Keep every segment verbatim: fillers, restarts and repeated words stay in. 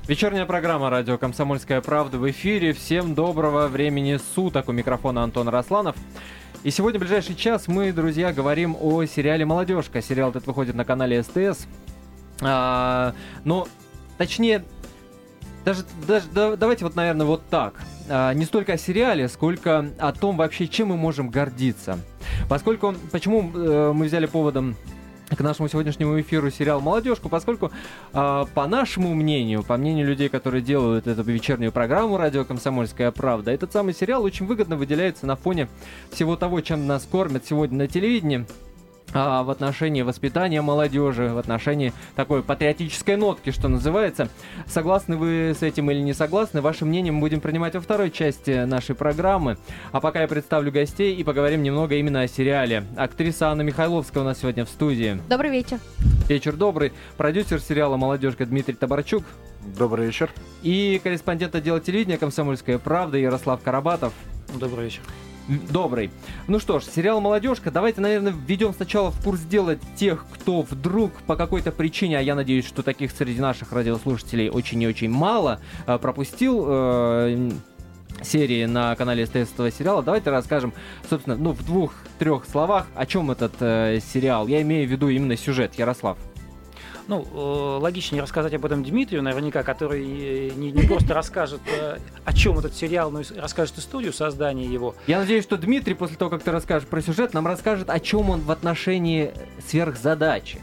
Вечерняя программа «Радио Комсомольская правда» в эфире. Всем доброго времени суток. У микрофона Антон Росланов. И сегодня, в ближайший час, мы, друзья, говорим о сериале «Молодежка». Сериал этот выходит на канале СТС. А, но, точнее, даже, даже да, давайте вот, наверное, вот так. А, не столько о сериале, сколько о том вообще, чем мы можем гордиться. Поскольку, почему э, мы взяли поводом к нашему сегодняшнему эфиру сериал «Молодежку», поскольку, э, по нашему мнению, по мнению людей, которые делают эту вечернюю программу «Радио Комсомольская правда», этот самый сериал очень выгодно выделяется на фоне всего того, чем нас кормят сегодня на телевидении, а в отношении воспитания молодежи, в отношении такой патриотической нотки, что называется. Согласны вы с этим или не согласны? Ваше мнение мы будем принимать во второй части нашей программы. А пока я представлю гостей и поговорим немного именно о сериале. Актриса Анна Михайловская у нас сегодня в студии. Добрый вечер. Вечер добрый. Продюсер сериала «Молодежка» Дмитрий Табарчук. Добрый вечер. И корреспондент отдела телевидения «Комсомольская правда» Ярослав Карабатов. Добрый вечер. Добрый. Ну что ж, сериал «Молодежка». Давайте, наверное, введем сначала в курс дела тех, кто вдруг по какой-то причине, а я надеюсь, что таких среди наших радиослушателей очень и очень мало, пропустил э, серии на канале СТС этого сериала. Давайте расскажем, собственно, ну, в двух-трех словах, о чем этот э, сериал. Я имею в виду именно сюжет. Ярослав. Ну, логичнее рассказать об этом Дмитрию, наверняка, который не, не просто расскажет, о чем этот сериал, но и расскажет историю создания его. Я надеюсь, что Дмитрий, после того, как ты расскажешь про сюжет, нам расскажет, о чем он в отношении сверхзадачи.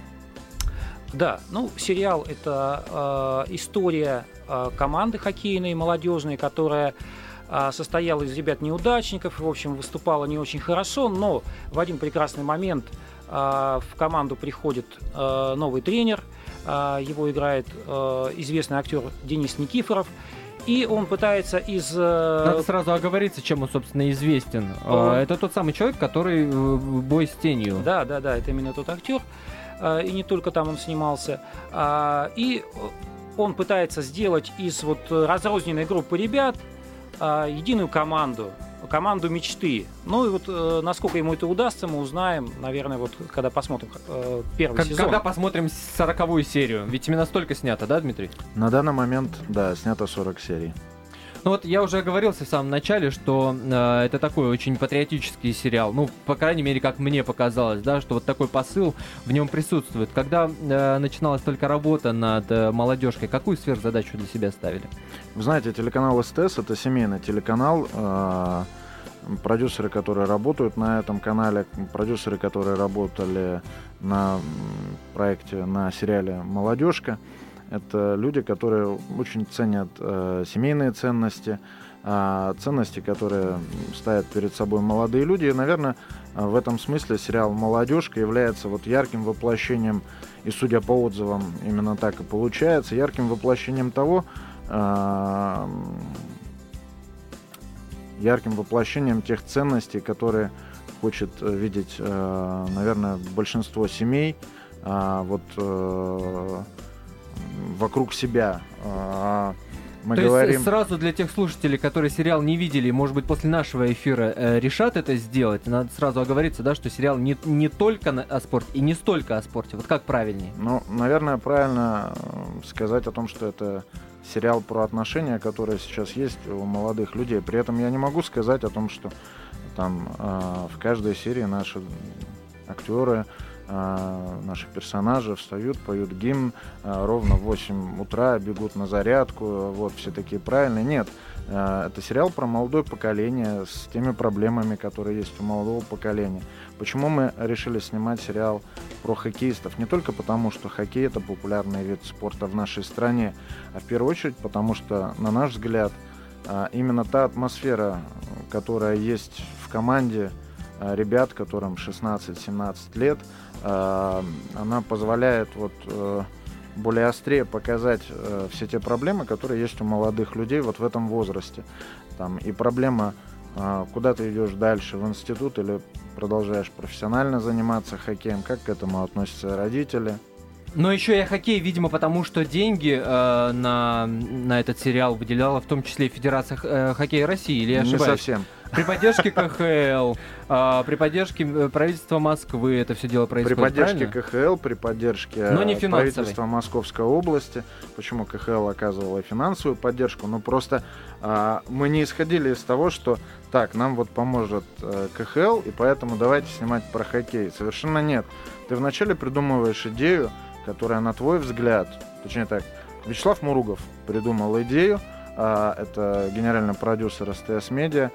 Да, ну, сериал — это э, история э, команды хоккейной, молодежной, которая э, состояла из ребят-неудачников, в общем, выступала не очень хорошо, но в один прекрасный момент в команду приходит э, новый тренер, э, его играет э, известный актер Денис Никифоров, и он пытается из... Э... Надо сразу оговориться, чем он, собственно, известен. Э... Это тот самый человек, который в «Бой с тенью». Да, да, да, это именно тот актер, э, и не только там он снимался. Э, и он пытается сделать из вот разрозненной группы ребят э, единую команду. Команду мечты. Ну и вот э, насколько ему это удастся, мы узнаем, наверное, вот когда посмотрим э, первый как, сезон. Когда посмотрим сороковую серию. Ведь именно столько снято, да, Дмитрий? На данный момент, да, снято сорок серий. Ну вот я уже оговорился в самом начале, что э, это такой очень патриотический сериал. Ну, по крайней мере, как мне показалось, да, что вот такой посыл в нем присутствует. Когда э, начиналась только работа над э, «Молодежкой», какую сверхзадачу для себя ставили? Вы знаете, телеканал СТС — это семейный телеканал. Э, продюсеры, которые работают на этом канале, продюсеры, которые работали на проекте, на сериале «Молодежка», это люди, которые очень ценят э, семейные ценности, э, ценности, которые ставят перед собой молодые люди. И, наверное, в этом смысле сериал «Молодежка» является вот ярким воплощением, и, судя по отзывам, именно так и получается, ярким воплощением того, э, ярким воплощением тех ценностей, которые хочет видеть, э, наверное, большинство семей. Э, вот... Э, вокруг себя. Мы То говорим... есть сразу для тех слушателей, которые сериал не видели, может быть, после нашего эфира э, решат это сделать, надо сразу оговориться, да, что сериал не, не только на, о спорте и не столько о спорте. Вот как правильнее? Ну, наверное, правильно сказать о том, что это сериал про отношения, которые сейчас есть у молодых людей. При этом я не могу сказать о том, что там э, в каждой серии наши актеры, наши персонажи встают, поют гимн, ровно в восемь утра бегут на зарядку, вот, все такие правильные. Нет, это сериал про молодое поколение с теми проблемами, которые есть у молодого поколения. Почему мы решили снимать сериал про хоккеистов? Не только потому, что хоккей — это популярный вид спорта в нашей стране, а в первую очередь потому, что, на наш взгляд, именно та атмосфера, которая есть в команде ребят, которым шестнадцать-семнадцать лет, она позволяет вот более острее показать все те проблемы, которые есть у молодых людей вот в этом возрасте. Там и проблема, куда ты идешь дальше, в институт или продолжаешь профессионально заниматься хоккеем, как к этому относятся родители. Но еще и хоккей, видимо, потому что деньги э, на, на этот сериал выделяла в том числе и Федерация э, хоккея России, или я ошибаюсь? Не совсем. При поддержке ка ха эл, а, при поддержке правительства Москвы это все дело происходит, При поддержке правильно? ка ха эл, при поддержке Но не правительства Московской области. Почему ка ха эл оказывала финансовую поддержку? Ну, просто а, мы не исходили из того, что так, нам вот поможет а, ка ха эл, и поэтому давайте снимать про хоккей. Совершенно нет. Ты вначале придумываешь идею, которая, на твой взгляд, точнее так, Вячеслав Муругов придумал идею, а, это генеральный продюсер эс тэ эс Медиа,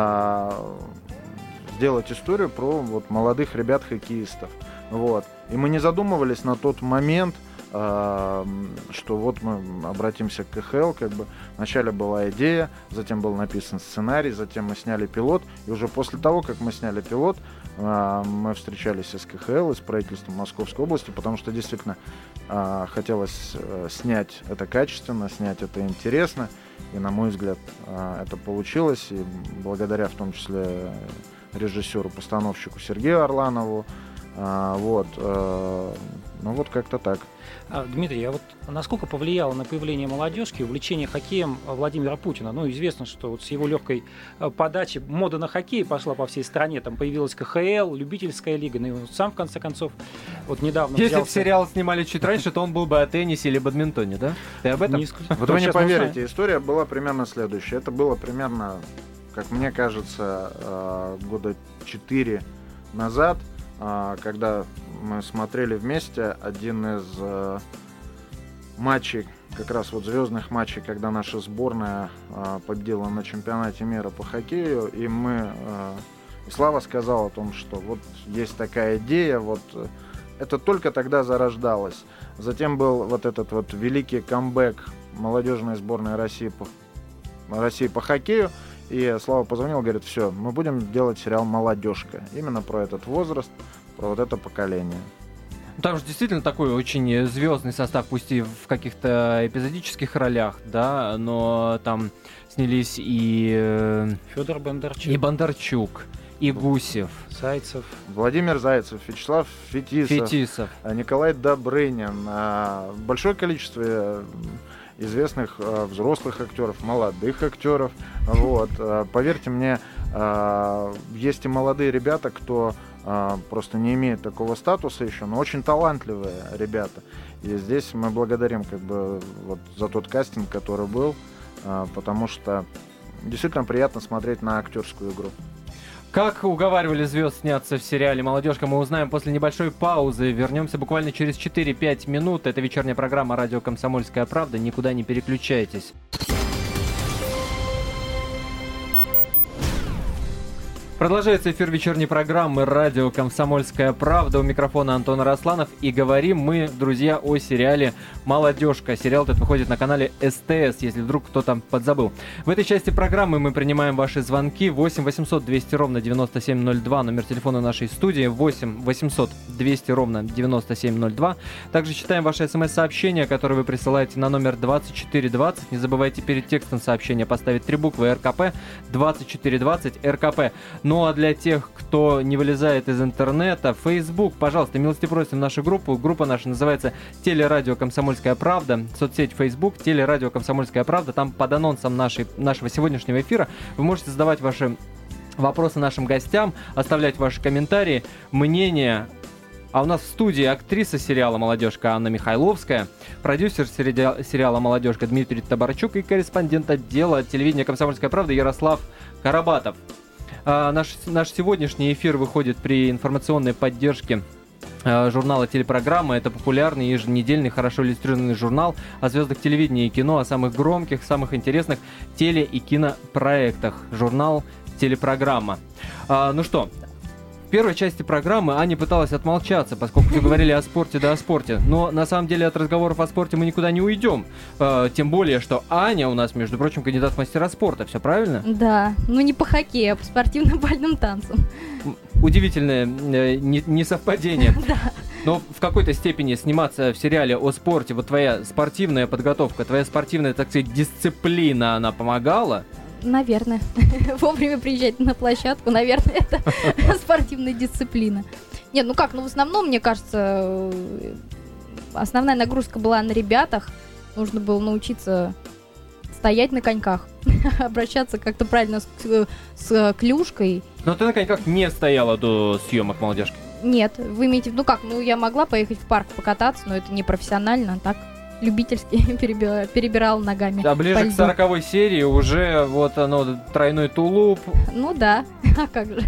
а, сделать историю про вот, молодых ребят-хоккеистов. Вот. И мы не задумывались на тот момент, а, что вот мы обратимся к ка ха эл, как бы вначале была идея, затем был написан сценарий, затем мы сняли пилот, и уже после того, как мы сняли пилот, а, мы встречались и с ка ха эл, и с правительством Московской области, потому что действительно а, хотелось а, снять это качественно, снять это интересно, и, на мой взгляд, а, это получилось, и благодаря в том числе режиссеру-постановщику Сергею Орланову, а, вот, а, ну вот как-то так. А, Дмитрий, а вот насколько повлияло на появление молодежки увлечение хоккеем Владимира Путина? Ну, известно, что вот с его легкой подачи мода на хоккей пошла по всей стране. Там появилась ка ха эл, любительская лига, ну и он сам, в конце концов, вот недавно Если взялся... бы сериал снимали чуть раньше, то он был бы о теннисе или бадминтоне, да? Ты об этом? Не исключ- Вот вы не сейчас поверите, узнаем. история была примерно следующая. Это было примерно, как мне кажется, а, года четыре назад, а, когда мы смотрели вместе один из а, матчей, как раз вот звездных матчей, когда наша сборная а, победила на чемпионате мира по хоккею, и мы, а, и Слава сказал о том, что вот есть такая идея, вот э, это только тогда зарождалось. Затем был вот этот вот великий камбэк молодежной сборной России по, России по хоккею, и Слава позвонил, говорит, все, мы будем делать сериал «Молодежка», именно про этот возраст, про вот это поколение. Там же действительно такой очень звездный состав, пусть и в каких-то эпизодических ролях, да, но там снялись и, э, Федор Бондарчук, и Бондарчук, и Гусев, Зайцев. Владимир Зайцев, Вячеслав Фетисов, Фетисов. Николай Добрынин, а, большое количество э, известных э, взрослых актеров, молодых актеров. Вот. А, поверьте мне, а, есть и молодые ребята, кто а, просто не имеет такого статуса еще, но очень талантливые ребята. И здесь мы благодарим как бы вот за тот кастинг, который был, а, потому что действительно приятно смотреть на актерскую игру. Как уговаривали звезд сняться в сериале «Молодежка», мы узнаем после небольшой паузы. Вернемся буквально через четыре-пять минут. Это вечерняя программа «Радио Комсомольская правда». Никуда не переключайтесь. Продолжается эфир вечерней программы «Радио Комсомольская правда». У микрофона Антон Арасланов. И говорим мы, друзья, о сериале «Молодежка». Сериал этот выходит на канале эс тэ эс, если вдруг кто-то подзабыл. В этой части программы мы принимаем ваши звонки. восемь восемьсот двести ровно девяносто семь ноль два. Номер телефона нашей студии восемь восемьсот двести ровно девяносто семь ноль два. Также читаем ваши смс-сообщения, которые вы присылаете на номер двадцать четыре двадцать. Не забывайте перед текстом сообщения поставить три буквы эр ка пэ. двадцать четыре двадцать эр ка пэ. Ну а для тех, кто не вылезает из интернета, Facebook, пожалуйста, милости просим нашу группу. Группа наша называется «Телерадио Комсомольская правда». Соцсеть Facebook «Телерадио Комсомольская правда». Там под анонсом нашей, нашего сегодняшнего эфира вы можете задавать ваши вопросы нашим гостям, оставлять ваши комментарии, мнения. А у нас в студии актриса сериала «Молодежка» Анна Михайловская, продюсер сериала «Молодежка» Дмитрий Табарчук и корреспондент отдела телевидения «Комсомольская правда» Ярослав Карабатов. А, наш, наш сегодняшний эфир выходит при информационной поддержке а, журнала «Телепрограмма». Это популярный еженедельный, хорошо иллюстрированный журнал о звездах телевидения и кино, о самых громких, самых интересных теле- и кинопроектах. Журнал «Телепрограмма». А, ну что, в первой части программы Аня пыталась отмолчаться, поскольку все говорили о спорте да о спорте. Но на самом деле от разговоров о спорте мы никуда не уйдем. Э, тем более, что Аня у нас, между прочим, кандидат в мастера спорта. Все правильно? Да, ну не по хоккею, а по спортивным бальным танцам. Удивительное э, не- несовпадение. Но в какой-то степени сниматься в сериале о спорте, вот твоя спортивная подготовка, твоя спортивная, так сказать, дисциплина, она помогала? Наверное. Вовремя приезжать на площадку, наверное, это спортивная дисциплина. Нет, ну как, ну в основном, мне кажется, основная нагрузка была на ребятах. Нужно было научиться стоять на коньках, обращаться как-то правильно с, с клюшкой. Но ты на коньках не стояла до съемок «Молодежки». Нет, вы имеете в виду, ну как, ну я могла поехать в парк покататься, но это не профессионально, так любительски перебирала, перебирала ногами. А ближе к сороковой серии уже вот оно, тройной тулуп. Ну да, а как же.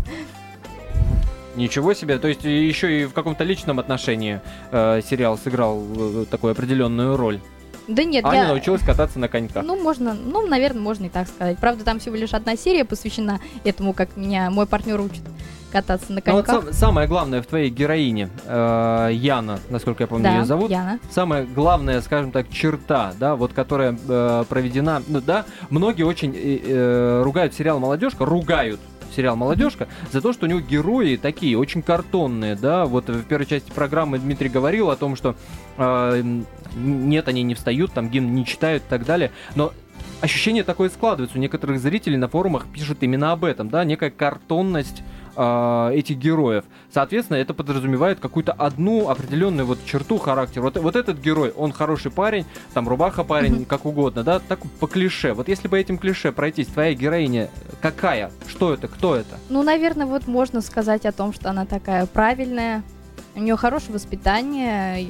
Ничего себе, то есть еще и в каком-то личном отношении э, сериал сыграл э, такую определенную роль. Да нет, Аня я... научилась кататься на коньках. Ну, можно, ну, наверное, можно и так сказать. Правда, там всего лишь одна серия посвящена этому, как меня мой партнер учит кататься на коньках. Ну, вот сам, самое главное в твоей героине, э, Яна, насколько я помню, да, ее зовут. Яна. Самая главная, скажем так, черта, да, вот которая э, проведена, ну да, многие очень э, э, ругают сериал «Молодежка», ругают сериал «Молодежка» за то, что у него герои такие, очень картонные, да, вот в первой части программы Дмитрий говорил о том, что э, нет, они не встают, там гимн не читают и так далее, но ощущение такое складывается, у некоторых зрителей на форумах пишут именно об этом, да, некая картонность э, этих героев. Соответственно, это подразумевает какую-то одну определенную вот черту характера. Вот, вот этот герой, он хороший парень, там рубаха парень, mm-hmm. как угодно, да, так по клише. Вот если по этим клише пройтись, твоя героиня какая? Что это? Кто это? Ну, наверное, вот можно сказать о том, что она такая правильная, у нее хорошее воспитание,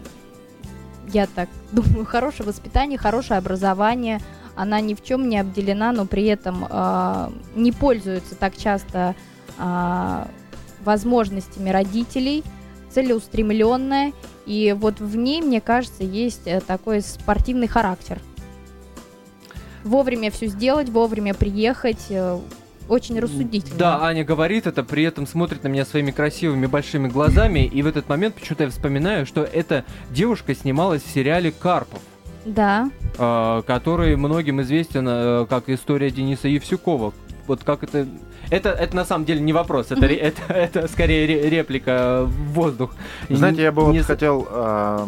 я так думаю, хорошее воспитание, хорошее образование. Она ни в чем не обделена, но при этом э, не пользуется так часто э, возможностями родителей, целеустремленная. И вот в ней, мне кажется, есть такой спортивный характер. Вовремя все сделать, вовремя приехать, э, очень рассудительно. Да, Аня говорит это, при этом смотрит на меня своими красивыми большими глазами. И в этот момент почему-то я вспоминаю, что эта девушка снималась в сериале «Карпов». Да. Э, который многим известен э, как история Дениса Евсюкова. Вот как это... Это, это на самом деле не вопрос, это, mm-hmm. это, это скорее ре- реплика в воздух. Знаете, я бы не... вот хотел э,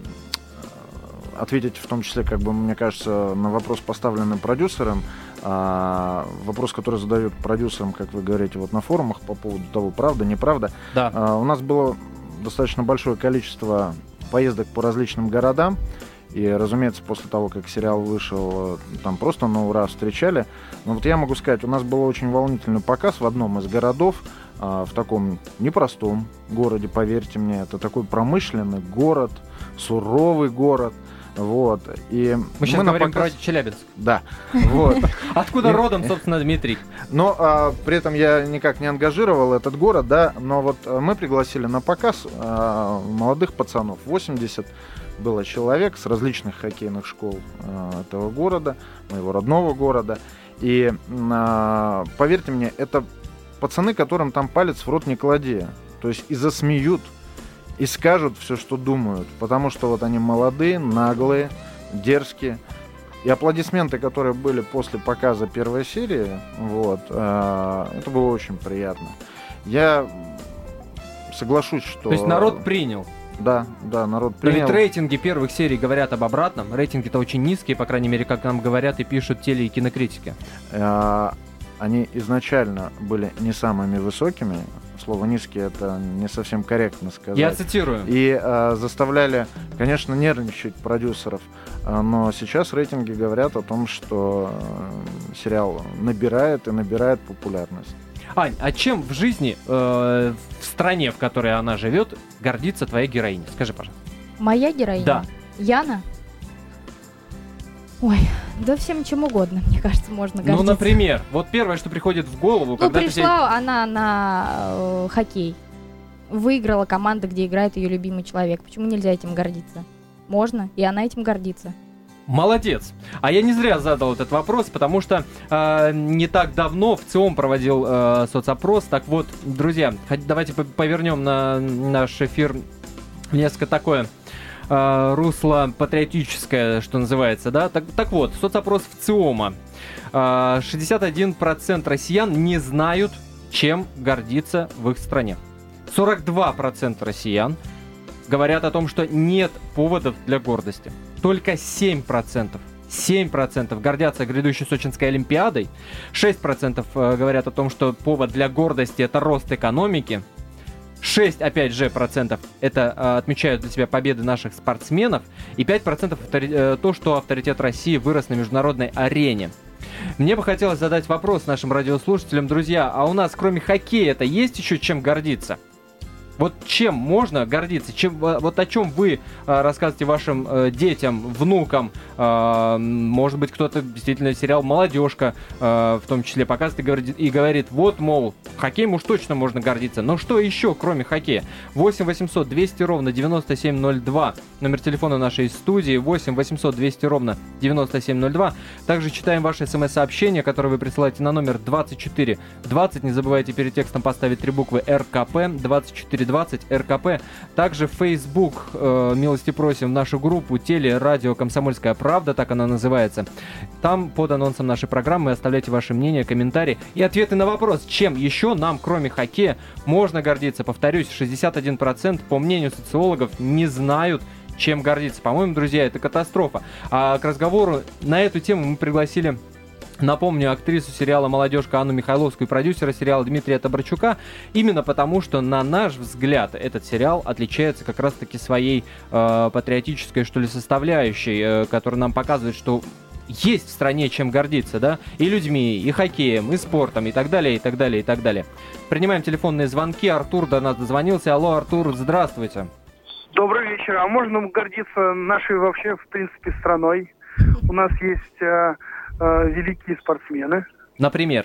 ответить в том числе, как бы, мне кажется, на вопрос, поставленный продюсером. Э, вопрос, который задают продюсерам, как вы говорите, вот на форумах по поводу того, правда, неправда. Да. Э, у нас было достаточно большое количество поездок по различным городам. И, разумеется, после того, как сериал вышел, там просто на ура встречали. Но вот я могу сказать, у нас был очень волнительный показ в одном из городов, а, в таком непростом городе, поверьте мне. Это такой промышленный город, суровый город. Вот. И мы сейчас мы говорим показ... про Челябинск. Да. Вот. Откуда родом, собственно, Дмитрий? Но а, при этом я никак не ангажировал этот город, да. Но вот мы пригласили на показ а, молодых пацанов, восемьдесят было человек с различных хоккейных школ э, этого города, моего родного города. И э, поверьте мне, это пацаны, которым там палец в рот не клади. То есть и засмеют, и скажут все, что думают. Потому что вот они молодые, наглые, дерзкие. И аплодисменты, которые были после показа первой серии, вот, э, это было очень приятно. Я соглашусь, что... То есть народ принял. Да, да, народ принял. Но ведь рейтинги первых серий говорят об обратном. Рейтинги-то очень низкие, по крайней мере, как нам говорят и пишут теле- и кинокритики. А, они изначально были не самыми высокими. Слово «низкие» это не совсем корректно сказать. Я цитирую. И а, заставляли, конечно, нервничать продюсеров. А, но сейчас рейтинги говорят о том, что а, сериал набирает и набирает популярность. Ань, а чем в жизни, э, в стране, в которой она живет, гордится твоя героиня? Скажи, пожалуйста. Моя героиня? Да. Яна? Ой, да всем чем угодно, мне кажется, можно гордиться. Ну, например, вот первое, что приходит в голову, ну, когда пришла ты... она на э, хоккей. Выиграла команда, где играет ее любимый человек. Почему нельзя этим гордиться? Можно, и она этим гордится. Молодец. А я не зря задал этот вопрос, потому что э, не так давно в ЦИОМ проводил э, соцопрос. Так вот, друзья, давайте повернем на наш эфир несколько такое э, русло патриотическое, что называется, да? Так, так вот, соцопрос в ЦИОМа. Э, шестьдесят один процент россиян не знают, чем гордиться в их стране. сорок два процента россиян говорят о том, что нет поводов для гордости. Только семь процентов, семь процентов гордятся грядущей Сочинской Олимпиадой. шесть процентов говорят о том, что повод для гордости – это рост экономики. шесть, опять же, процентов это э, отмечают для себя победы наших спортсменов, и пять процентов авторитет, э, то, что авторитет России вырос на международной арене. Мне бы хотелось задать вопрос нашим радиослушателям, друзья, а у нас кроме хоккея-то есть еще чем гордиться? Вот чем можно гордиться? Чем, вот о чем вы э, рассказываете вашим э, детям, внукам? Э, может быть, кто-то действительно сериал «Молодежка» э, в том числе показывает и говорит, и говорит, вот, мол, хоккеем уж точно можно гордиться. Но что еще, кроме хоккея? восемь восемьсот двести ровно девяносто семь ноль два. Номер телефона нашей студии восемь восемьсот двести ровно девяносто семь ноль два. Также читаем ваши смс-сообщения, которые вы присылаете на номер двадцать четыре двадцать. Не забывайте перед текстом поставить три буквы эр ка пэ двадцать четыре двадцать эр ка пэ. Также в Facebook, э, милости просим, в нашу группу теле радио «Комсомольская правда», так она называется. Там под анонсом нашей программы оставляйте ваши мнения, комментарии и ответы на вопрос, чем еще нам, кроме хоккея, можно гордиться. Повторюсь, шестьдесят один процент, по мнению социологов, не знают, чем гордиться. По-моему, друзья, это катастрофа. А к разговору на эту тему мы пригласили, напомню, актрису сериала «Молодежка» Анну Михайловскую и продюсера сериала Дмитрия Табарчука, именно потому, что, на наш взгляд, этот сериал отличается как раз-таки своей э, патриотической, что ли, составляющей, э, которая нам показывает, что есть в стране чем гордиться, да, и людьми, и хоккеем, и спортом, и так далее, и так далее, и так далее. Принимаем телефонные звонки. Артур до нас дозвонился. Алло, Артур, здравствуйте. Добрый вечер. А можно гордиться нашей вообще, в принципе, страной? У нас есть э, э, великие спортсмены. Например?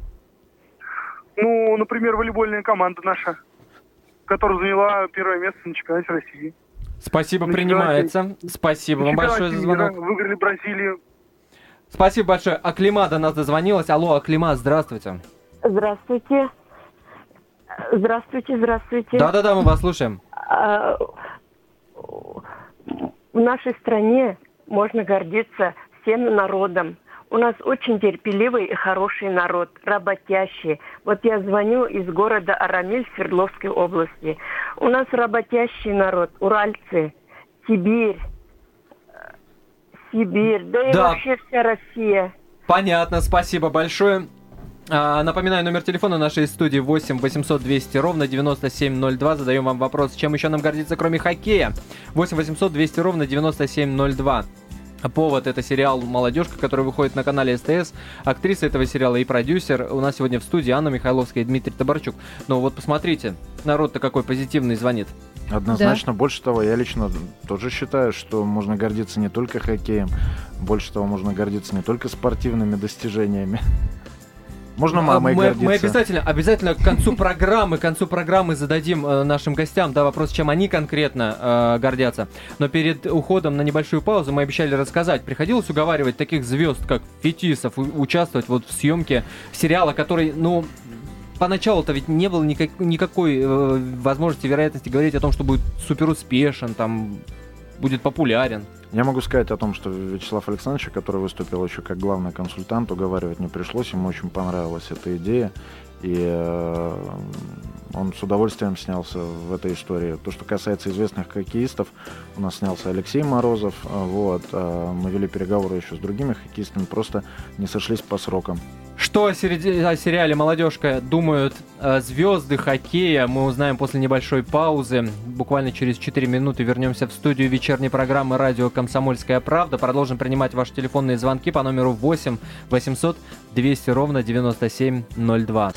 Ну, например, волейбольная команда наша, которая заняла первое место на чемпионате России. Спасибо, на принимается. Спасибо вам большое за звонок. Выиграли Бразилию. Спасибо большое. Аклима до нас дозвонилась. Алло, Аклима, здравствуйте. Здравствуйте. Здравствуйте, здравствуйте. Да-да-да, мы вас слушаем. В нашей стране можно гордиться всем народом. У нас очень терпеливый и хороший народ, работящий. Вот я звоню из города Арамиль Свердловской области. У нас работящий народ, уральцы, Сибирь, Сибирь, да и да. вообще вся Россия. Понятно, спасибо большое. А, напоминаю, номер телефона нашей студии восемь восемьсот двести ровно девяносто семь ноль два. Задаем вам вопрос, чем еще нам гордиться, кроме хоккея. восемь восемьсот двести ровно девяносто семь ноль два. Повод — это сериал «Молодежка», который выходит на канале СТС. Актриса этого сериала и продюсер. У нас сегодня в студии Анна Михайловская и Дмитрий Табарчук. Но вот посмотрите, народ-то какой позитивный звонит. Однозначно. Да. Больше того, я лично тоже считаю, что можно гордиться не только хоккеем. Больше того, можно гордиться не только спортивными достижениями. Можно мамой мы, гордиться. Мы обязательно, обязательно к концу программы, к концу программы зададим э, нашим гостям, да, вопрос, чем они конкретно э, гордятся. Но перед уходом на небольшую паузу мы обещали рассказать. Приходилось уговаривать таких звезд, как Фетисов, у- участвовать вот в съемке сериала, который, ну, поначалу-то ведь не было никак, никакой э, возможности, вероятности говорить о том, что будет супер успешен, там, будет популярен. Я могу сказать о том, что Вячеслав Александрович, который выступил еще как главный консультант, уговаривать не пришлось, ему очень понравилась эта идея, и э, он с удовольствием снялся в этой истории. То, что касается известных хоккеистов, у нас снялся Алексей Морозов, вот, э, мы вели переговоры еще с другими хоккеистами, просто не сошлись по срокам. Что о, сери- о сериале «Молодежка» думают э, звезды хоккея, мы узнаем после небольшой паузы. Буквально через четыре минуты вернемся в студию вечерней программы «Радио Комсомольская правда». Продолжим принимать ваши телефонные звонки по номеру восемь восемьсот двести ровно девяносто семь ноль два.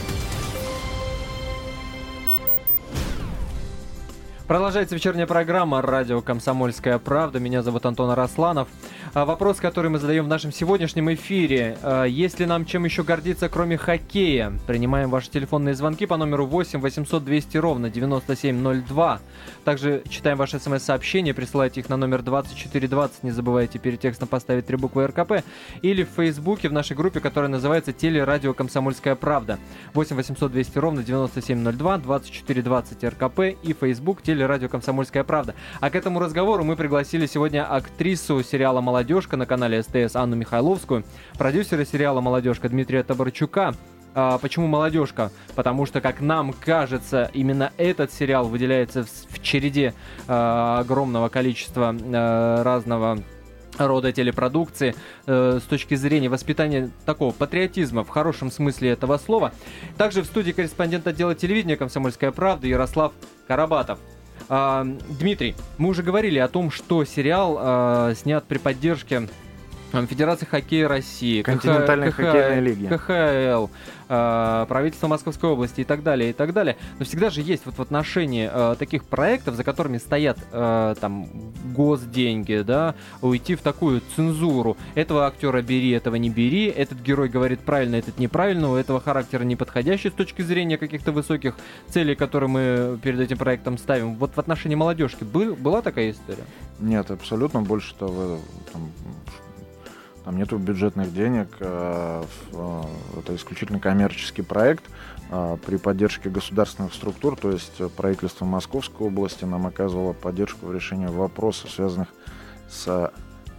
Продолжается вечерняя программа «Радио Комсомольская правда». Меня зовут Антон Арасланов. А вопрос, который мы задаем в нашем сегодняшнем эфире. А, есть ли нам чем еще гордиться, кроме хоккея? Принимаем ваши телефонные звонки по номеру восемь восемьсот двести ровно девяносто семь ноль два. Также читаем ваши смс-сообщения, присылайте их на номер двадцать четыре двадцать. Не забывайте перед текстом поставить три буквы эр ка пэ. Или в Фейсбуке, в нашей группе, которая называется «Телерадио Комсомольская правда». восемь восемьсот двести ровно девяносто семь ноль два, двадцать четыре двадцать эр ка пэ и Facebook «Телерадио Радио «Комсомольская правда». А к этому разговору мы пригласили сегодня актрису сериала «Молодежка» на канале СТС Анну Михайловскую, продюсера сериала «Молодежка» Дмитрия Табарчука. А, почему «Молодежка»? Потому что, как нам кажется, именно этот сериал выделяется в, в череде а, огромного количества а, разного рода телепродукции э, с точки зрения воспитания такого патриотизма в хорошем смысле этого слова. Также в студии корреспондент отдела телевидения «Комсомольская правда» Ярослав Карабатов. А, Дмитрий, мы уже говорили о том, что сериал а, снят при поддержке Федерации хоккея России, континентальной хоккейной лиги, ка ха эл, э, правительства Московской области и так далее, и так далее. Но всегда же есть вот в отношении э, таких проектов, за которыми стоят э, там госденьги, да, уйти в такую цензуру. Этого актера бери, этого не бери, этот герой говорит правильно, этот неправильно, у этого характера неподходящий с точки зрения каких-то высоких целей, которые мы перед этим проектом ставим. Вот в отношении молодежки был, была такая история? Нет, абсолютно. Больше того, там, Там нету бюджетных денег, это исключительно коммерческий проект при поддержке государственных структур, то есть правительство Московской области нам оказывало поддержку в решении вопросов, связанных с,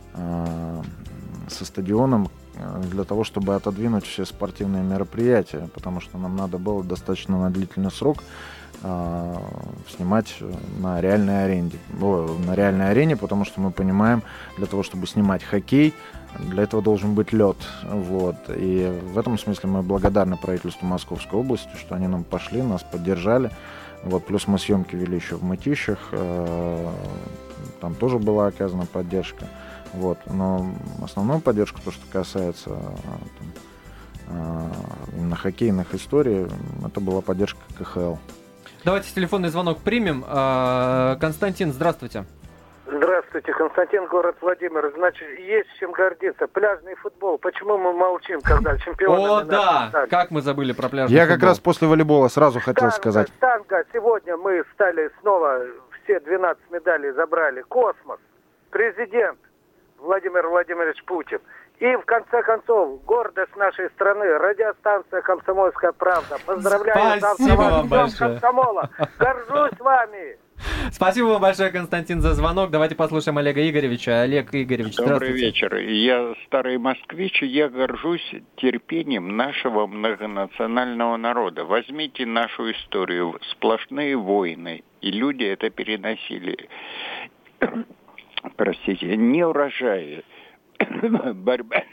со стадионом, для того, чтобы отодвинуть все спортивные мероприятия, потому что нам надо было достаточно на длительный срок снимать на реальной арене, на реальной арене, потому что мы понимаем, для того, чтобы снимать хоккей, для этого должен быть лед. Вот. И в этом смысле мы благодарны правительству Московской области, что они нам пошли, нас поддержали. Вот. Плюс мы съемки вели еще в Мытищах, там тоже была оказана поддержка. Вот. Но основную поддержку, то, что касается там, именно хоккейных историй, это была поддержка ка ха эл. Давайте телефонный звонок примем. Константин, здравствуйте. Здравствуйте, Константин, город Владимир. Значит, есть чем гордиться. Пляжный футбол. Почему мы молчим, когда чемпионы? О, да! Стали? Как мы забыли про пляжный Я футбол. как раз после волейбола сразу хотел танго, сказать. Танго. Сегодня мы стали снова, все двенадцать медалей забрали. Космос. Президент Владимир Владимирович Путин. И, в конце концов, гордость нашей страны, радиостанция «Комсомольская правда». Поздравляю Спасибо вам большое. Комсомола. Горжусь вами. Спасибо вам большое, Константин, за звонок. Давайте послушаем Олега Игоревича. Олег Игоревич, добрый вечер. Я старый москвич, и я горжусь терпением нашего многонационального народа. Возьмите нашу историю. Сплошные войны, и люди это переносили. Простите, не урожаи. Борьба,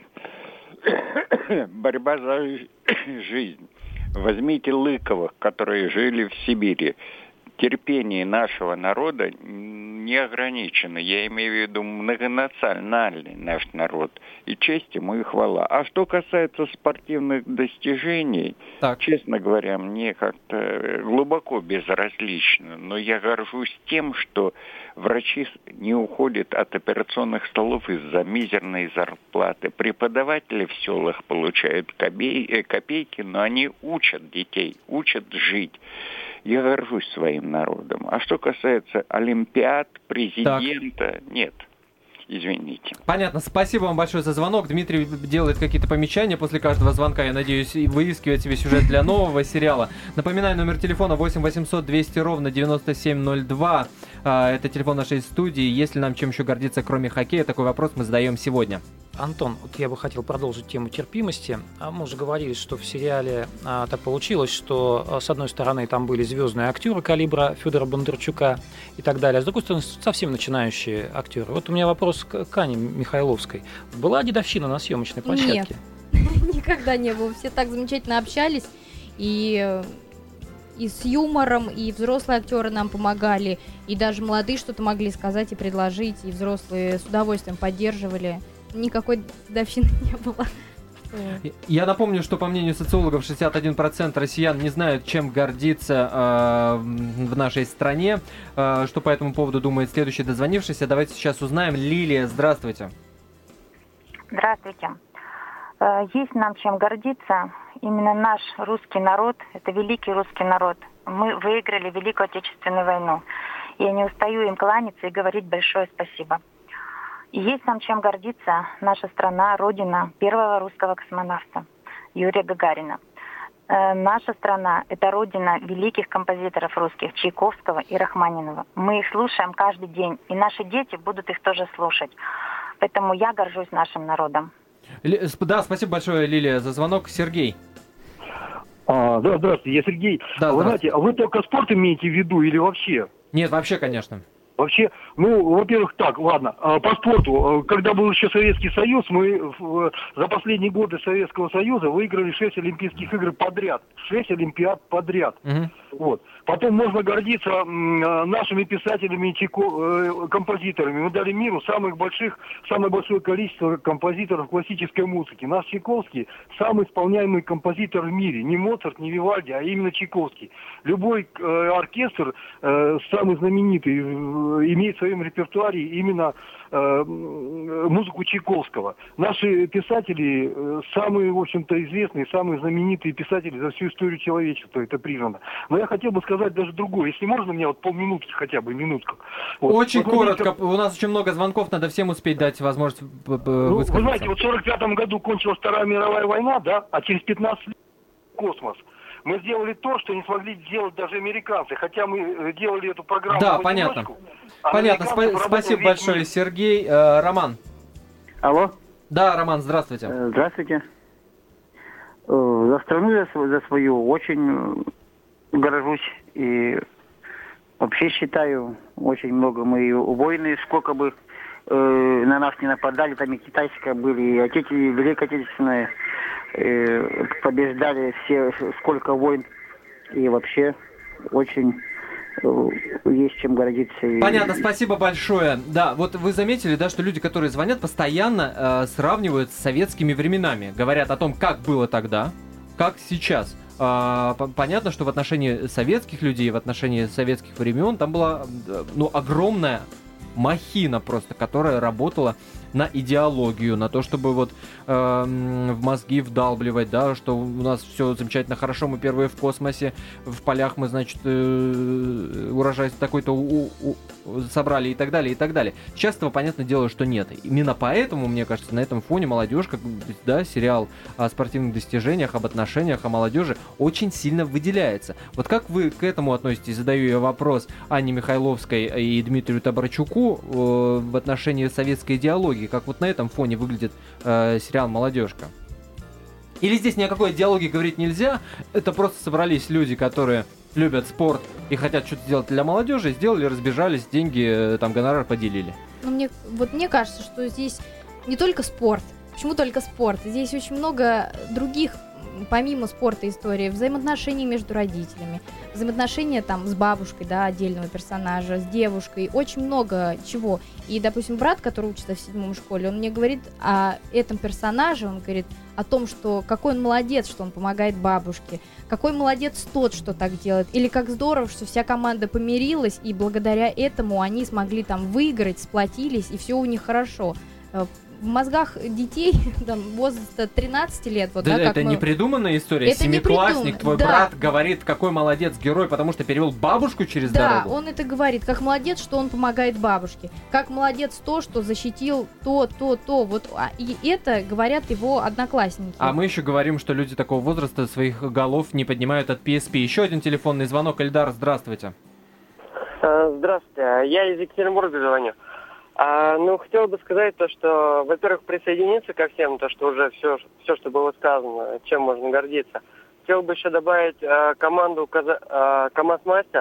борьба за жизнь. Возьмите Лыковых, которые жили в Сибири. Терпение нашего народа не ограничено. Я имею в виду многонациональный наш народ. И честь ему и хвала. А что касается спортивных достижений, так. честно говоря, мне как-то глубоко безразлично. Но я горжусь тем, что врачи не уходят от операционных столов из-за мизерной зарплаты. Преподаватели в селах получают копейки, но они учат детей, учат жить. Я горжусь своим народом. А что касается олимпиад, президента, так. нет. Извините. Понятно. Спасибо вам большое за звонок. Дмитрий делает какие-то помечания после каждого звонка. Я надеюсь, выискивает себе сюжет для нового сериала. Напоминаю, номер телефона восемь восемьсот двести ровно девяносто семь ноль два. Это телефон нашей студии. Если нам чем еще гордиться, кроме хоккея, такой вопрос мы задаем сегодня. Антон, вот я бы хотел продолжить тему терпимости. Мы уже говорили, что в сериале а, так получилось, что с одной стороны там были звездные актеры калибра Федора Бондарчука и так далее, а с другой стороны совсем начинающие актеры. Вот у меня вопрос к, к Ане Михайловской. Была дедовщина на съемочной площадке? Нет, никогда не было. Все так замечательно общались, и, и с юмором, и взрослые актеры нам помогали, и даже молодые что-то могли сказать и предложить, и взрослые с удовольствием поддерживали. Никакой дедовщины не было. Я напомню, что по мнению социологов шестьдесят один процент россиян не знают, чем гордиться э, в нашей стране. Э, что по этому поводу думает следующий дозвонившийся. Давайте сейчас узнаем. Лилия, здравствуйте. Здравствуйте. Есть нам чем гордиться. Именно наш русский народ, это великий русский народ. Мы выиграли Великую Отечественную войну. Я не устаю им кланяться и говорить большое спасибо. И есть нам чем гордиться наша страна, родина первого русского космонавта Юрия Гагарина. Э, наша страна – это родина великих композиторов русских Чайковского и Рахманинова. Мы их слушаем каждый день, и наши дети будут их тоже слушать. Поэтому я горжусь нашим народом. Ли, да, спасибо большое, Лилия, за звонок. Сергей. А, да, здравствуйте, я Сергей. Да, вы знаете, а вы только спорт имеете в виду или вообще? Нет, вообще, конечно. Вообще, ну, во-первых, так, ладно, по спорту. Когда был еще Советский Союз, мы за последние годы Советского Союза выиграли шесть Олимпийских игр подряд. шесть Олимпиад подряд. Uh-huh. Вот. Потом можно гордиться нашими писателями и композиторами. Мы дали миру самых больших, самое большое количество композиторов классической музыки. Наш Чайковский самый исполняемый композитор в мире. Не Моцарт, не Вивальди, а именно Чайковский. Любой э, оркестр, э, самый знаменитый, э, имеет в своем репертуаре именно э, музыку Чайковского. Наши писатели э, самые, в общем-то, известные, самые знаменитые писатели за всю историю человечества. Это признано. Но я хотел бы сказать даже другое. Если можно, мне вот полминутки хотя бы, минутку. Вот. Очень вот, коротко. знаете, У нас очень много звонков, надо всем успеть дать возможность ну, вы знаете, вот в сорок пятом году кончилась Вторая мировая война, да, а через пятнадцать лет космос. Мы сделали то, что не смогли сделать даже американцы, хотя мы делали эту программу. Да, понятно. Понятно, Спа- спасибо большое, мир. Сергей. Э, Роман. Алло. Да, Роман, здравствуйте. Здравствуйте. За страну, за, за свою очень горжусь и вообще считаю, очень много мы войны, сколько бы э, на нас не нападали, там и китайская были, и отечественные, Великая Отечественная, э, побеждали все, сколько войн, и вообще очень э, есть чем гордиться. Понятно, спасибо большое. Да, вот вы заметили, да, что люди, которые звонят, постоянно э, сравнивают с советскими временами, говорят о том, как было тогда, как сейчас. А, понятно, что в отношении советских людей, в отношении советских времен там была, ну, огромная махина просто, которая работала на идеологию, на то, чтобы вот э, в мозги вдалбливать, да, что у нас все замечательно хорошо, мы первые в космосе, в полях мы, значит, э, урожай такой-то у, у, собрали и так далее, и так далее. Сейчас этого, понятное дело, что нет. Именно поэтому, мне кажется, на этом фоне молодежка, да, сериал о спортивных достижениях, об отношениях, о молодежи очень сильно выделяется. Вот как вы к этому относитесь? Задаю я вопрос Анне Михайловской и Дмитрию Табарчуку э, в отношении советской идеологии. Как вот на этом фоне выглядит э, сериал «Молодежка»? Или здесь ни о какой идеологии говорить нельзя? Это просто собрались люди, которые любят спорт и хотят что-то сделать для молодежи, сделали, разбежались, деньги, там, гонорар поделили. Ну, мне, вот мне кажется, что здесь не только спорт. Почему только спорт? Здесь очень много других, помимо спорта, истории, взаимоотношений между родителями, взаимоотношения там с бабушкой, да, отдельного персонажа, с девушкой, очень много чего. И, допустим, брат, который учится в седьмом школе, он мне говорит о этом персонаже, он говорит о том, что какой он молодец, что он помогает бабушке, какой молодец тот, что так делает, или как здорово, что вся команда помирилась, и благодаря этому они смогли там выиграть, сплотились, и все у них хорошо. В мозгах детей там, возраста тринадцати лет. Вот, да, да, это мы... не придуманная история. Это Семиклассник, не твой да. брат говорит, какой молодец герой, потому что перевел бабушку через да, дорогу. Да, он это говорит. Как молодец, что он помогает бабушке. Как молодец то, что защитил то, то, то. Вот, и это говорят его одноклассники. А мы еще говорим, что люди такого возраста своих голов не поднимают от пи эс пи. Еще один телефонный звонок. Эльдар, здравствуйте. Здравствуйте. Я из Екатеринбурга звоню. А, ну, хотел бы сказать то, что, во-первых, присоединиться ко всем, то, что уже все, все, что было сказано, чем можно гордиться. Хотел бы еще добавить а, команду Каза... а, КамАЗ-мастер.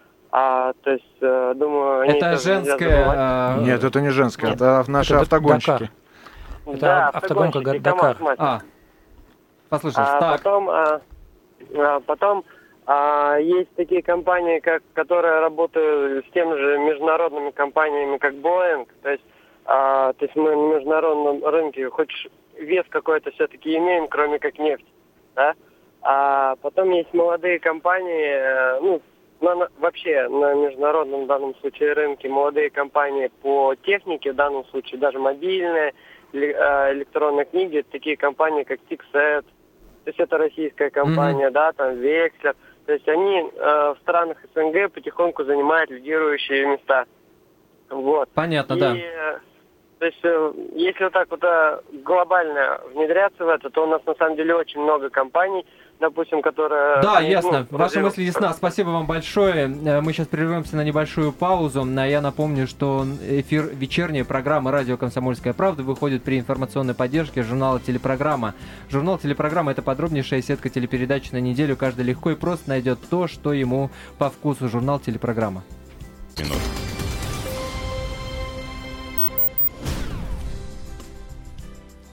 А, то есть, а, думаю... Это женская... А... Нет, это не женская, это наши это автогонщики. Это да, автогонка Дакар. А, послушай, а, так. Потом, а, а, потом а, есть такие компании, как, которые работают с теми же международными компаниями, как Boeing. То есть, а, то есть мы на международном рынке хоть вес какой-то все-таки имеем, кроме как нефть. Да? А потом есть молодые компании, ну, на, вообще на международном в данном случае рынке молодые компании по технике, в данном случае даже мобильные, электронные книги, такие компании, как Tixet, то есть это российская компания, mm-hmm. да, там Векслер. То есть они э, в странах СНГ потихоньку занимают лидирующие места. Вот. Понятно, и, да. То есть э, если вот так вот э, глобально внедряться в это, то у нас на самом деле очень много компаний, допустим, которые... Да, ну, ясно. ну, Ваша мысль ясна. Спасибо вам большое. Мы сейчас прервемся на небольшую паузу. Я напомню, что эфир вечерняя программа «Радио Комсомольская правда» выходит при информационной поддержке журнала «Телепрограмма». Журнал «Телепрограмма» — это подробнейшая сетка телепередач на неделю. Каждый легко и просто найдет то, что ему по вкусу. Журнал «Телепрограмма». Минут.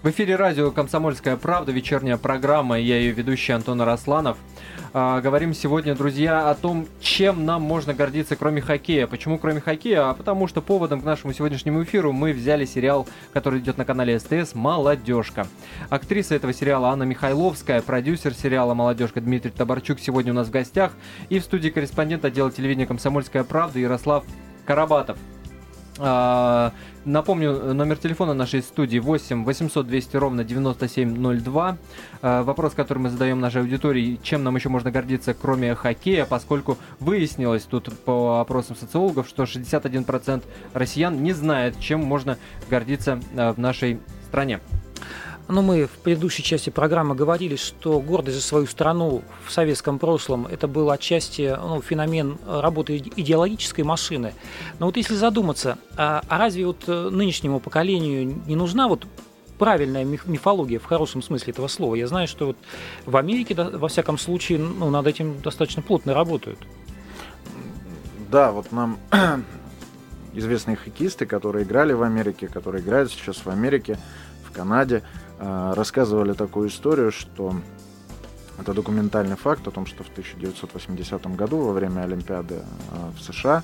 В эфире радио «Комсомольская правда», вечерняя программа, я ее ведущий Антон Арасланов. А, говорим сегодня, друзья, о том, чем нам можно гордиться, кроме хоккея. Почему кроме хоккея? А потому что поводом к нашему сегодняшнему эфиру мы взяли сериал, который идет на канале СТС «Молодежка». Актриса этого сериала Анна Михайловская, продюсер сериала «Молодежка» Дмитрий Табарчук сегодня у нас в гостях. И в студии корреспондент отдела телевидения «Комсомольская правда» Ярослав Карабатов. А, напомню, номер телефона нашей студии восемь восемьсот двести ровно девяносто семь ноль два. А, вопрос, который мы задаем нашей аудитории, чем нам еще можно гордиться, кроме хоккея, поскольку выяснилось тут по опросам социологов, что шестьдесят один процент россиян не знает, чем можно гордиться а, в нашей стране. Ну, мы в предыдущей части программы говорили, что гордость за свою страну в советском прошлом это был отчасти ну, феномен работы идеологической машины. Но вот если задуматься, а, а разве вот нынешнему поколению не нужна вот правильная мифология в хорошем смысле этого слова? Я знаю, что вот в Америке, во всяком случае, ну, над этим достаточно плотно работают. Да, вот нам известные хоккеисты, которые играли в Америке, которые играют сейчас в Америке, в Канаде, рассказывали такую историю, что это документальный факт о том, что в тысяча девятьсот восьмидесятом году во время Олимпиады в США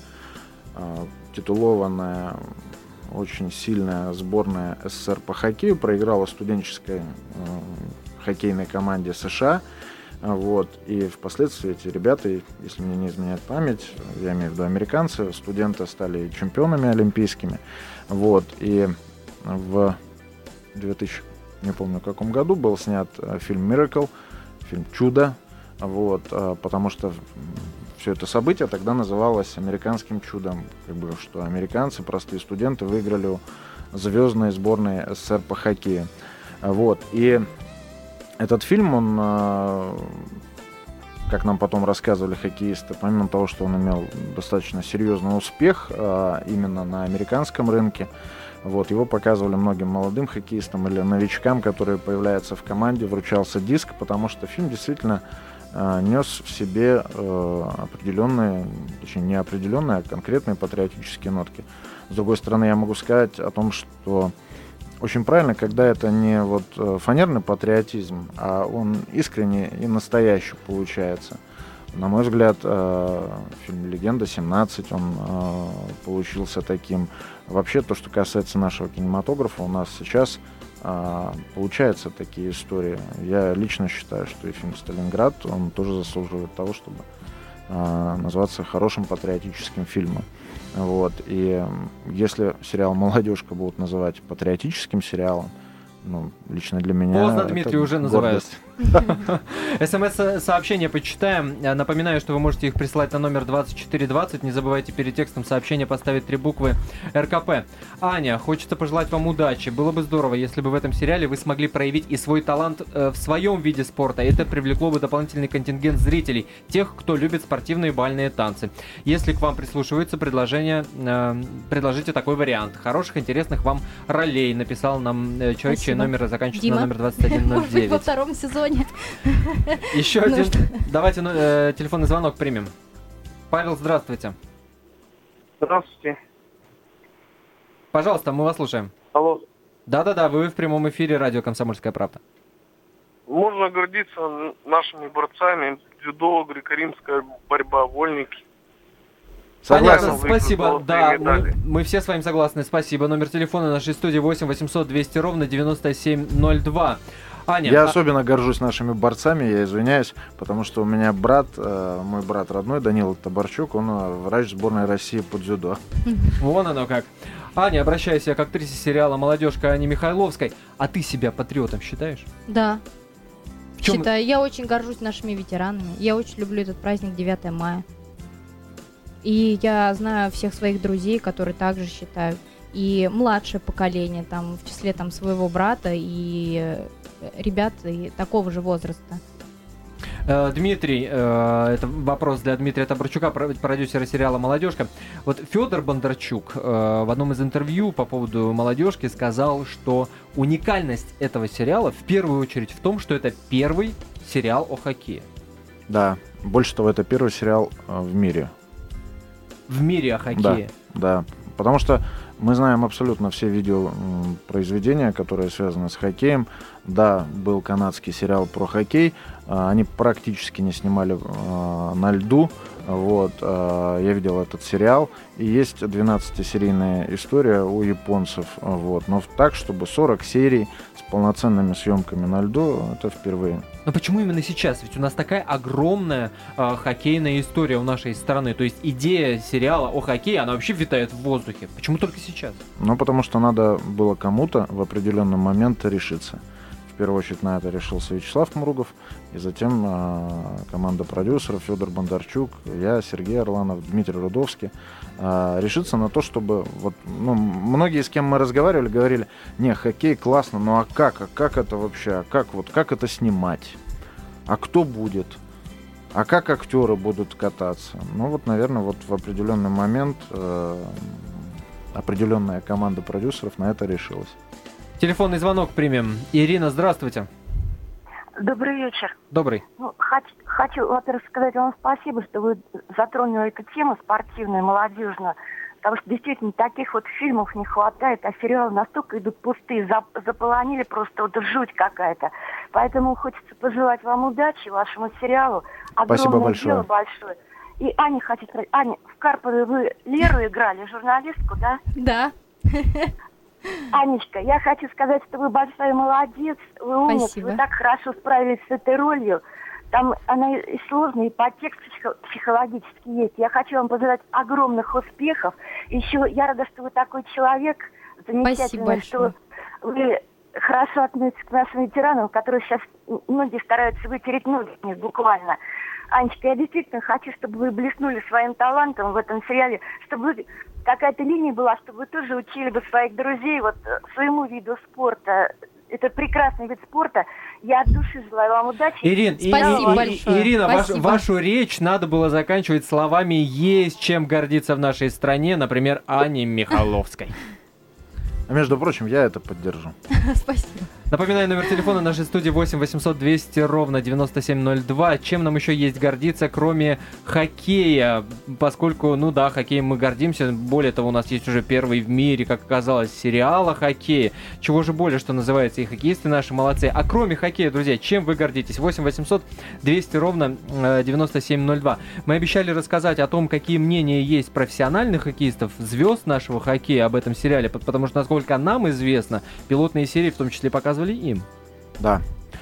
титулованная очень сильная сборная СССР по хоккею проиграла студенческой хоккейной команде США. Вот. И впоследствии эти ребята, если мне не изменяет память, я имею в виду американцы, студенты стали чемпионами олимпийскими. Вот. И в две тысячи, не помню, в каком году был снят фильм «Miracle», фильм «Чудо», вот, потому что все это событие тогда называлось американским чудом, как бы, что американцы, простые студенты, выиграли у звездной сборной СССР по хоккею. Вот, и этот фильм, он, как нам потом рассказывали хоккеисты, помимо того, что он имел достаточно серьезный успех именно на американском рынке, вот, его показывали многим молодым хоккеистам или новичкам, которые появляются в команде, вручался диск, потому что фильм действительно э, нес в себе э, определенные, точнее не определенные, а конкретные патриотические нотки. С другой стороны, я могу сказать о том, что очень правильно, когда это не вот фанерный патриотизм, а он искренний и настоящий получается. На мой взгляд, э, фильм «Легенда семнадцать», он э, получился таким. Вообще, то, что касается нашего кинематографа, у нас сейчас э, получаются такие истории. Я лично считаю, что и фильм «Сталинград», он тоже заслуживает того, чтобы э, назваться хорошим патриотическим фильмом. Вот. И если сериал «Молодежка» будут называть патриотическим сериалом, ну, лично для меня... Поздно, Дмитрий, уже называют. СМС-сообщения почитаем. Напоминаю, что вы можете их присылать на номер двадцать четыре двадцать. Не забывайте перед текстом сообщения поставить три буквы эр ка пэ. Аня, хочется пожелать вам удачи. Было бы здорово, если бы в этом сериале вы смогли проявить и свой талант э, в своем виде спорта. Это привлекло бы дополнительный контингент зрителей, тех, кто любит спортивные бальные танцы. Если к вам прислушиваются предложения, э, предложите такой вариант. Хороших, интересных вам ролей, написал нам э, человек, чей номер заканчивается Дима. на номер двадцать один ноль девять. Во втором сезоне. Еще Ну один. что? Давайте ну, э, телефонный звонок примем. Павел, здравствуйте. Здравствуйте. Пожалуйста, мы вас слушаем. Алло. Да-да-да, вы в прямом эфире радио «Комсомольская правда». Можно гордиться нашими борцами. Дзюдо, греко-римская борьба, вольники. Понятно, Согласен. спасибо. Да, мы, медали. мы все с вами согласны. Спасибо. Номер телефона нашей студии восемь восемьсот двести ровно девяносто семь ноль два. Аня, я а... особенно горжусь нашими борцами, я извиняюсь, потому что у меня брат, э, мой брат родной, Данила Табарчук, он э, врач сборной России по дзюдо. Вон оно как. Аня, обращаюсь я к актрисе сериала «Молодежка» Ане Михайловской. А ты себя патриотом считаешь? Да. В чем... Считаю, я очень горжусь нашими ветеранами. Я очень люблю этот праздник девятое мая. И я знаю всех своих друзей, которые также считают. И младшее поколение, там, в числе там, своего брата и ребят и такого же возраста. Дмитрий, это вопрос для Дмитрия Табарчука, продюсера сериала «Молодежка». Вот Федор Бондарчук в одном из интервью по поводу «Молодежки» сказал, что уникальность этого сериала в первую очередь в том, что это первый сериал о хоккее. Да, больше того, это первый сериал в мире. В мире о хоккее? Да, да. Потому что мы знаем абсолютно все видеопроизведения, которые связаны с хоккеем. Да, был канадский сериал про хоккей. Они практически не снимали на льду. Вот, я видел этот сериал. И есть двенадцатисерийная история у японцев. Вот. Но так, чтобы сорок серий с полноценными съемками на льду, это впервые. Но почему именно сейчас? Ведь у нас такая огромная э, хоккейная история у нашей страны. То есть идея сериала о хоккее, она вообще витает в воздухе. Почему только сейчас? Ну, потому что надо было кому-то в определенный момент решиться. В первую очередь на это решился Вячеслав Муругов, и затем э, команда продюсеров Федор Бондарчук, я, Сергей Орланов, Дмитрий Рудовский э, решиться на то, чтобы вот, ну, многие, с кем мы разговаривали, говорили: не, хоккей классно, ну а как, а как это вообще, а как вот, как это снимать, а кто будет, а как актеры будут кататься. Ну вот, наверное, вот в определенный момент э, определенная команда продюсеров на это решилась. Телефонный звонок примем. Ирина, здравствуйте. Добрый вечер. Добрый. Ну, хочу, хочу, во-первых, сказать вам спасибо, что вы затронули эту тему спортивную, молодежную. Потому что действительно таких вот фильмов не хватает, а сериалы настолько идут пустые, зап- заполонили просто вот жуть какая-то. Поэтому хочется пожелать вам удачи, вашему сериалу. Огромное Спасибо большое. дело большое. И Аня, хочу сказать, Аня, в Карпове вы Леру играли, журналистку, да? Да. Анечка, я хочу сказать, что вы большой молодец, вы умница, Спасибо. вы так хорошо справились с этой ролью. Там она и сложная, и подтекст психологически есть. Я хочу вам пожелать огромных успехов. Еще я рада, что вы такой человек замечательный, что вы хорошо относитесь к нашим ветеранам, которые сейчас многие стараются вытереть ноги от них буквально. Анечка, я действительно хочу, чтобы вы блеснули своим талантом в этом сериале, чтобы вы, какая-то линия была, чтобы вы тоже учили бы своих друзей вот своему виду спорта. Это прекрасный вид спорта. Я от души желаю вам удачи. Ирин, Спасибо и, большое. И, Ирина, ваш, Спасибо. вашу речь надо было заканчивать словами «Есть чем гордиться в нашей стране», например, Ани Михайловской. А между прочим, я это поддержу. Спасибо. Напоминаю, номер телефона нашей студии восемь восемьсот двести ровно девяносто семь ноль два. Чем нам еще есть гордиться, кроме хоккея? Поскольку, ну да, хоккеем мы гордимся. Более того, у нас есть уже первый в мире, как оказалось, сериал о хоккее. Чего же более, что называется, и хоккеисты наши молодцы. А кроме хоккея, друзья, чем вы гордитесь? восемь восемьсот двести ровно девяносто семь ноль два. Мы обещали рассказать о том, какие мнения есть профессиональных хоккеистов, звезд нашего хоккея об этом сериале, потому что, насколько нам известно, пилотные серии в том числе показывали им. Да.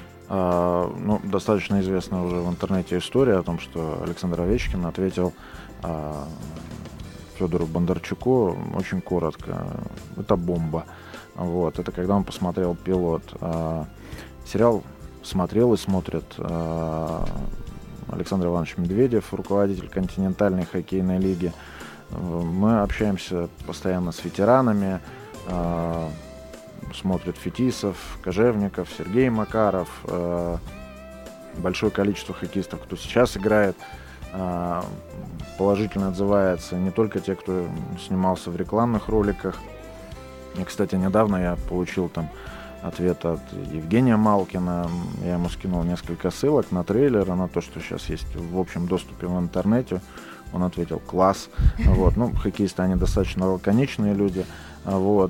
А, ну, достаточно известна уже в интернете история о том, что Александр Овечкин ответил а, Федору Бондарчуку очень коротко: это бомба. Вот. Это когда он посмотрел пилот. А, сериал смотрел и смотрит а, Александр Иванович Медведев, руководитель континентальной хоккейной лиги. Мы общаемся постоянно с ветеранами. А, смотрит Фетисов, Кожевников, Сергей Макаров, э, большое количество хоккеистов, кто сейчас играет, э, положительно отзывается не только те, кто снимался в рекламных роликах. И, кстати, недавно я получил там ответ от Евгения Малкина, я ему скинул несколько ссылок на трейлеры, на то, что сейчас есть в общем доступе в интернете. Он ответил: класс. Вот. Ну, хоккеисты, они достаточно лаконичные люди. Вот.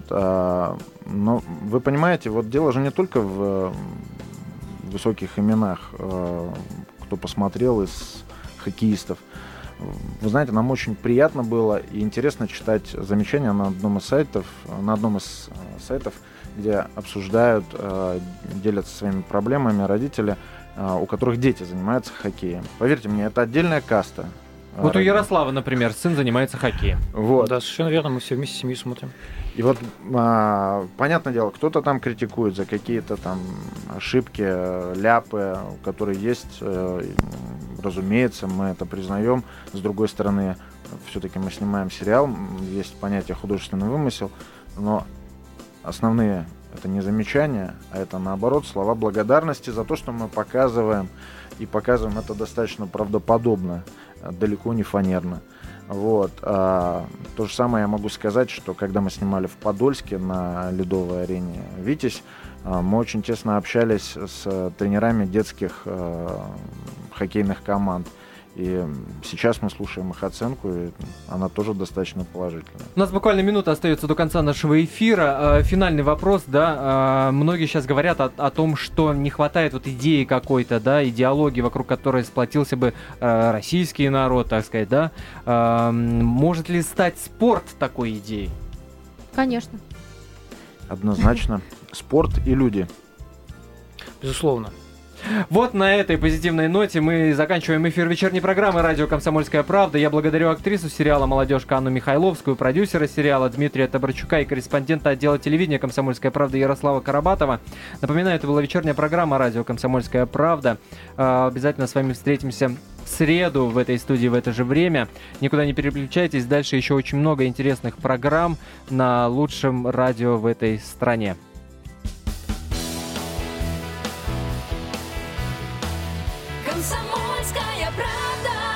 Но вы понимаете, вот дело же не только в высоких именах, кто посмотрел из хоккеистов. Вы знаете, нам очень приятно было и интересно читать замечания на одном из сайтов, на одном из сайтов, где обсуждают, делятся своими проблемами родители, у которых дети занимаются хоккеем. Поверьте мне, это отдельная каста. Вот у Ярослава, например, сын занимается хоккеем. Вот. Да, совершенно верно, мы все вместе с семьей смотрим. И вот, а, понятное дело, кто-то там критикует за какие-то там ошибки, ляпы, которые есть, э, разумеется, мы это признаем. С другой стороны, все-таки мы снимаем сериал, есть понятие художественный вымысел, но основные это не замечания, а это наоборот слова благодарности за то, что мы показываем, и показываем это достаточно правдоподобно, далеко не фанерно. Вот. А, то же самое я могу сказать, что когда мы снимали в Подольске на ледовой арене «Витязь», а, мы очень тесно общались с тренерами детских а, хоккейных команд. И сейчас мы слушаем их оценку, и она тоже достаточно положительная. У нас буквально минута остается до конца нашего эфира. Финальный вопрос, да. Многие сейчас говорят о, о том, что не хватает вот идеи какой-то, да, идеологии, вокруг которой сплотился бы российский народ, так сказать, да. Может ли стать спорт такой идеей? Конечно. Однозначно. Спорт и люди. Безусловно. Вот на этой позитивной ноте мы заканчиваем эфир вечерней программы «Радио Комсомольская правда». Я благодарю актрису сериала «Молодежка» Анну Михайловскую, продюсера сериала Дмитрия Табарчука и корреспондента отдела телевидения «Комсомольская правда» Ярослава Карабатова. Напоминаю, это была вечерняя программа «Радио Комсомольская правда». Обязательно с вами встретимся в среду в этой студии в это же время. Никуда не переключайтесь, дальше еще очень много интересных программ на лучшем радио в этой стране. Комсомольская правда.